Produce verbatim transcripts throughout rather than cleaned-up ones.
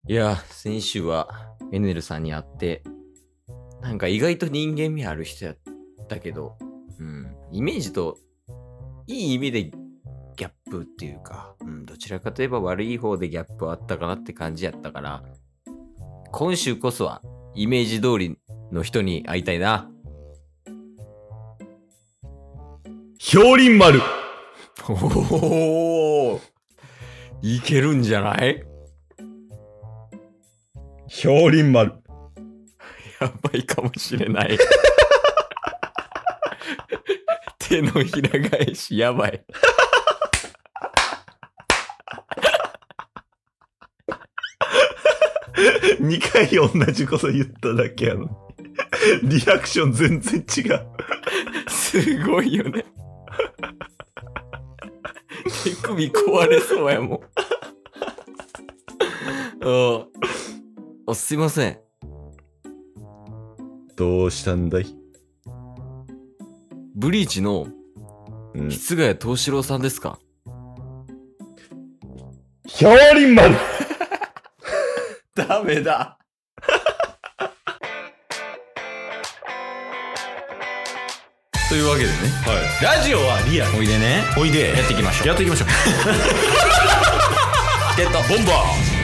いや、先週はエネルさんに会って、なんか意外と人間味ある人やったけど、うん、イメージといい意味でギャップっていうか、うん、どちらかといえば悪い方でギャップはあったかなって感じやったから、今週こそはイメージ通りの人に会いたいな。 氷林丸。 おお、いけるんじゃない？ 氷林丸。 やばいかもしれない。手のひら返しやばい。 にかい同じこと言っただけやのに。リアクション全然違う。すごいよね。手首壊れそうやもん。あ、すいません。 どうしたんだい？ ブリーチの室ヶ谷藤四郎さんですか？ 氷林丸。 ダメだ。というわけでね、 はい、ラジオはリアル。 おいでね、 おいでやっていきましょう。 やっていきましょう。 チケットボンバ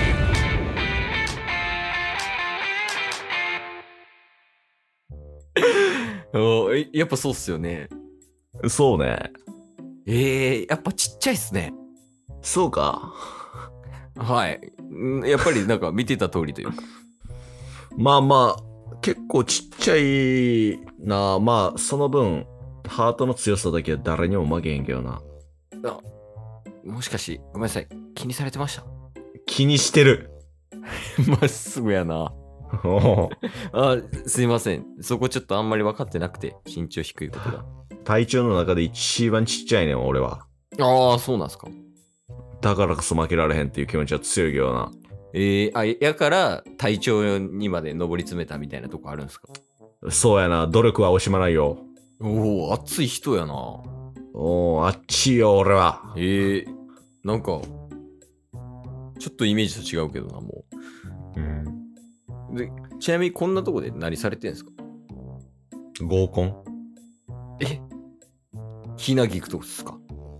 ー。おー、やっぱそうっすよね。 そうね。 えー、やっぱちっちゃいっすね。 そうか。 はい。やっぱりなんか見てた通りというか。 まあまあ、結構ちっちゃいな。まあ、その分、ハートの強さだけは誰にも負けへんけどな。 あ、もしかし、ごめんなさい。気にされてました？ 気にしてる。 まっすぐやな。あ、すいません。そこちょっとあんまり分かってなくて、身長低いことが。 体調の中で一番ちっちゃいねん、俺は。 ああ、そうなんすか。 だからこそ負けられへんっていう気持ちは強いけどな。 えー、あ、やから体調にまで上り詰めたみたいなとこあるんすか？ そうやな。努力は惜しまないよ。 おお、熱い人やな。 おー、あっちいよ、俺は。 えー、なんか、ちょっとイメージと違うけどな、もう。うん。 で、ちなみにこんなとこで何されてんすか？ 合コン？ え、ひなぎくとっすか？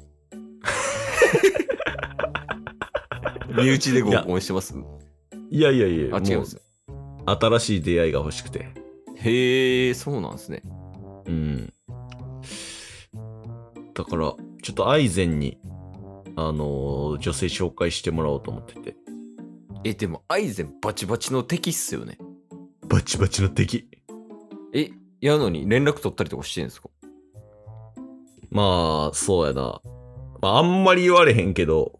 身内で合コンしてます？ いやいやいや、 あ、違います。 新しい出会いが欲しくて。 へえ、そうなんですね。 うん。だから、ちょっとアイゼンに、あのー、女性紹介してもらおうと思ってて。 え、でもアイゼンバチバチの敵っすよね。 バチバチの敵。 え、やのに連絡取ったりとかしてんすか？ まあ、そうやな。まあ、あんまり言われへんけど、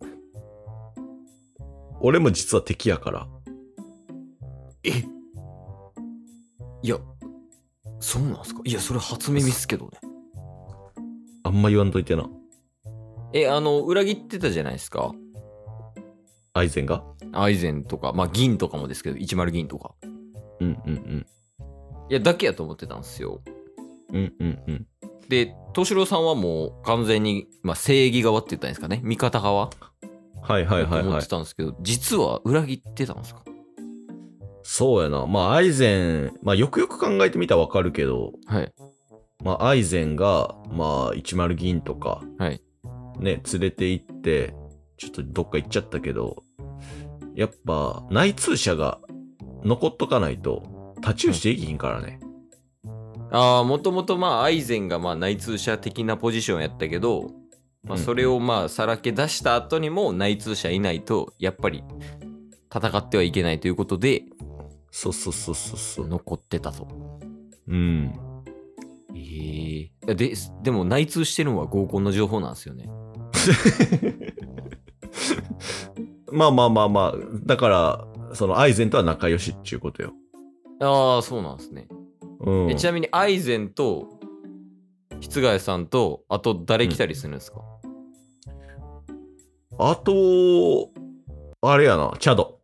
俺も実は敵やから。 え、いや、そうなんすか？いや、それ初耳っすけどね。 あんま言わんといてな。 え、あの、裏切ってたじゃないですか。 アイゼンが？ アイゼンとか、まあ銀とかもですけど、いちまる銀とか。 うんうんうん。 いや、だけやと思ってたんですよ。 うんうんうん。 で、東四郎さんはもう完全に、まあ、正義側って言ったんですかね。味方側はいはいはいと思っはい。 てたんですけど、実は裏切ってたんですか？ そうやな。まあ、アイゼン、まあ、よくよく考えてみたらわかるけど、 はい。 まあ、アイゼンが、まあ、いちまる銀とか、 はい。 ね、連れて行って、ちょっとどっか行っちゃったけど、やっぱ、内通者が残っとかないと、太刀打ちできひんからね。 ああ、もともとまあ、アイゼンがまあ、内通者的なポジションやったけど、まあ、それをまあ、さらけ出した後にも内通者いないと、やっぱり、戦ってはいけないということで、 そうそうそうそうそう。 残ってたと。 うん。 ええで、でも内通してるのは合コンの情報なんですよね。 まあまあまあまあ、だから、そのアイゼンとは仲良しっていうことよ。 ああ、そうなんですね。 うん。 えちなみにアイゼンと室ヶ谷さんとあと誰来たりするんですか？ うん、あと、あれやな、チャド。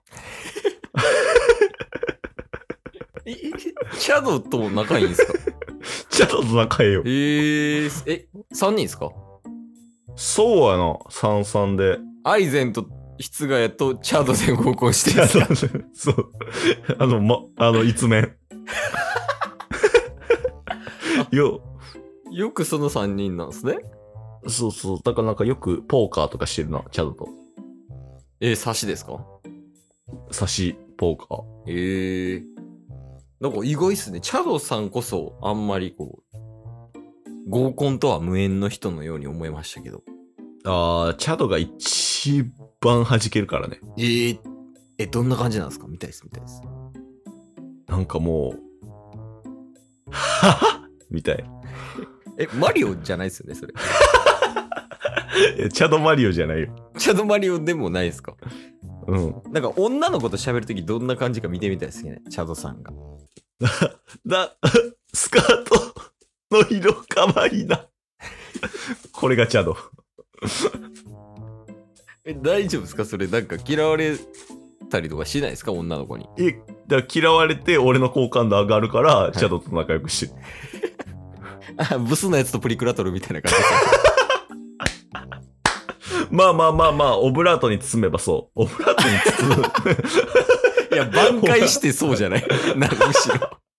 え、チャドと仲いいんですか？ チャドと仲いいよ。 えー、え、さんにんですか？ そうやな、さんさんで。 アイゼンと室ヶ谷とチャドで合コンしてるんですか？ そう。あの、ま、あの、一面。よ、 よくそのさんにんなんですね。 そうそう。だからなんかよくポーカーとかしてるな、チャドと。 えー、差しですか？ 差し、ポーカー。 ええー。なんか意外っすね。チャドさんこそあんまりこう、合コンとは無縁の人のように思いましたけど。 あー、チャドが一番弾けるからね。 えー、え、どんな感じなんですか？見たいです、見たいです。 なんかもう、ははみたいな。 え、マリオじゃないですよね、それ。 チャドマリオじゃないよ。 チャドマリオでもないですか？ うん。 なんか女の子と喋るときどんな感じか見てみたいですね、チャドさんが。 だ、スカートの色かわいいな。これがチャド。 え、大丈夫ですか？それなんか嫌われたりとかしないですか？女の子に。 え、だから嫌われて俺の好感度上がるから、はい、チャドと仲良くしてる。 あ、ブスのやつとプリクラ撮るみたいな感じです。 まあまあまあまあ、オブラートに包めばそう。オブラートに包む。 いや、挽回してそうじゃないなんかむしろ。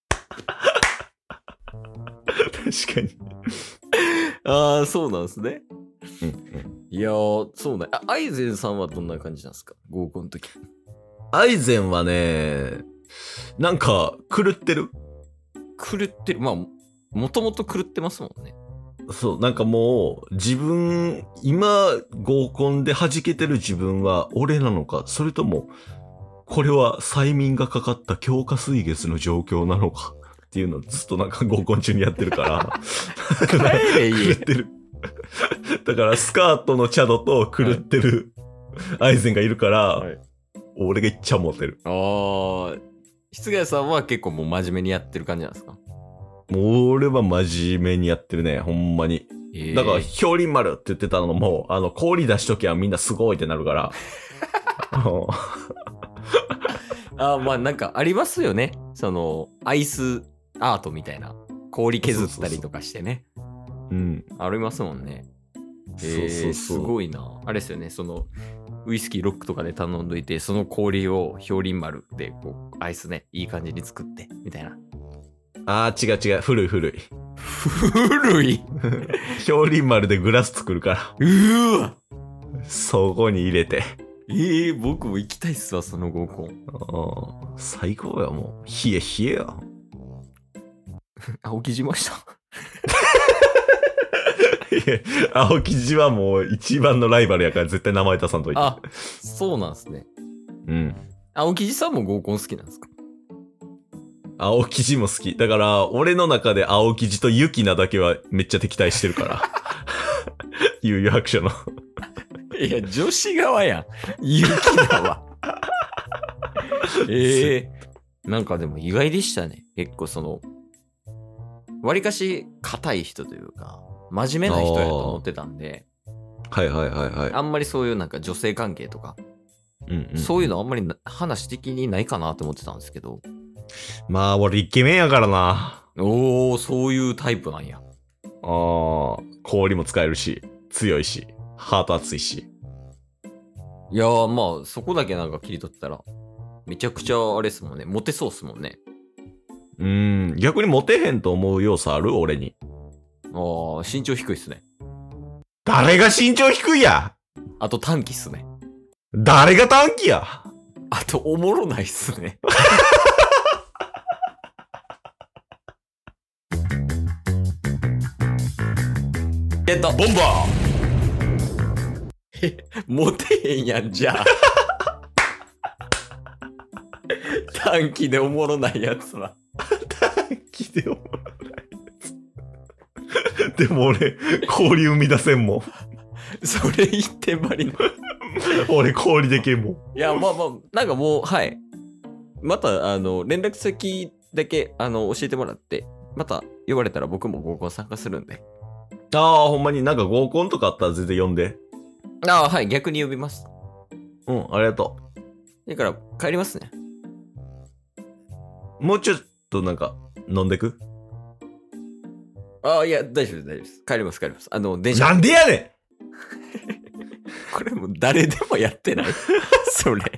確かに。 ああ、そうなんですね。 うんうん、 いやー、そうね。あ、アイゼンさんはどんな感じなんですか？合コンの時。 アイゼンはね、なんか、狂ってる。 狂ってる。まあ、もともと狂ってますもんね。 そう、なんかもう、自分、今、合コンで弾けてる自分は俺なのか、それとも、これは催眠がかかった強化水月の状況なのかっていうのをずっとなんか合コン中にやってるから。 帰れ狂ってる。だからスカートのチャドと狂ってるアイゼンがいるから、はい、俺がいっちゃモテる。 ああ、室ヶ谷さんは結構もう真面目にやってる感じなんですか？ もう俺は真面目にやってるね、ほんまに。えー、だから、氷林丸って言ってたのも、あの、氷出しときはみんなすごいってなるから。 ああ、まあなんかありますよね。その、アイスアートみたいな。氷削ったりとかしてね。 そうそうそううん。 ありますもんね。えー、そうそうそう。すごいな。あれですよね、その、ウイスキーロックとかで頼んどいて、その氷を氷林丸で、こう、アイスね、いい感じに作って、みたいな。 あー、違う違う。古い古い。 古い氷林丸でグラス作るから。 うーわそこに入れて。 ええー、僕も行きたいっすわ、その合コン。 ああ、最高や、もう。冷え冷えや。 青木島した。 青木島はもう一番のライバルやから絶対名前出さんといて。 あ、そうなんすね。 うん。 青木島さんも合コン好きなんですか？ 青生地も好き。だから、俺の中で青生地とユキナだけはめっちゃ敵対してるから。悠々白書の。 いや、女子側やん。ユキナは。ええー、なんかでも意外でしたね。結構その、わりかし硬い人というか、真面目な人やと思ってたんで。 はいはいはいはい。 あんまりそういうなんか女性関係とか、 うんうん、 そういうのあんまり話的にないかなと思ってたんですけど。 まあ、俺イケメンやからな。 おー、そういうタイプなんや。ああ、氷も使えるし、強いし、ハート熱いし。 いやー、まあ、そこだけなんか切り取ったら、めちゃくちゃあれっすもんね。モテそうっすもんね。 うーん、逆にモテへんと思う要素ある？俺に。 あー、身長低いっすね。 誰が身長低いや？ あと短期っすね。 誰が短期や？ あとおもろないっすね。ゲットボンバー。え、モテへんやんじゃあ。短期でおもろないやつは。 短期でおもろないやつ。でも俺、氷生み出せんもん。 それ一点張りの。 俺氷でけんもん。 いや、まあまあ、なんかもう、はい。また、あの、連絡先だけ、あの、教えてもらって、また呼ばれたら僕も合コン参加するんで。 ああ、ほんまになんか合コンとかあったら全然呼んで。 ああ、はい、逆に呼びます。 うん、ありがとう。だから、帰りますね。 もうちょっとなんか、飲んでく？ ああ、いや、大丈夫です、大丈夫です。帰ります、帰ります。あの、電車。 なんでやねんこれもう誰でもやってないそれ。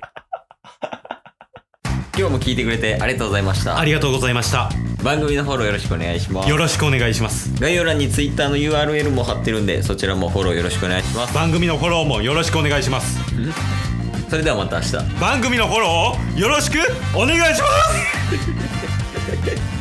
今日も聞いてくれてありがとうございました。 ありがとうございました。 番組のフォローよろしくお願いします。 よろしくお願いします。 概要欄に Twitter の ユーアールエル も貼ってるんで、そちらもフォローよろしくお願いします。 番組のフォローもよろしくお願いします。 それではまた明日。 番組のフォローをよろしくお願いします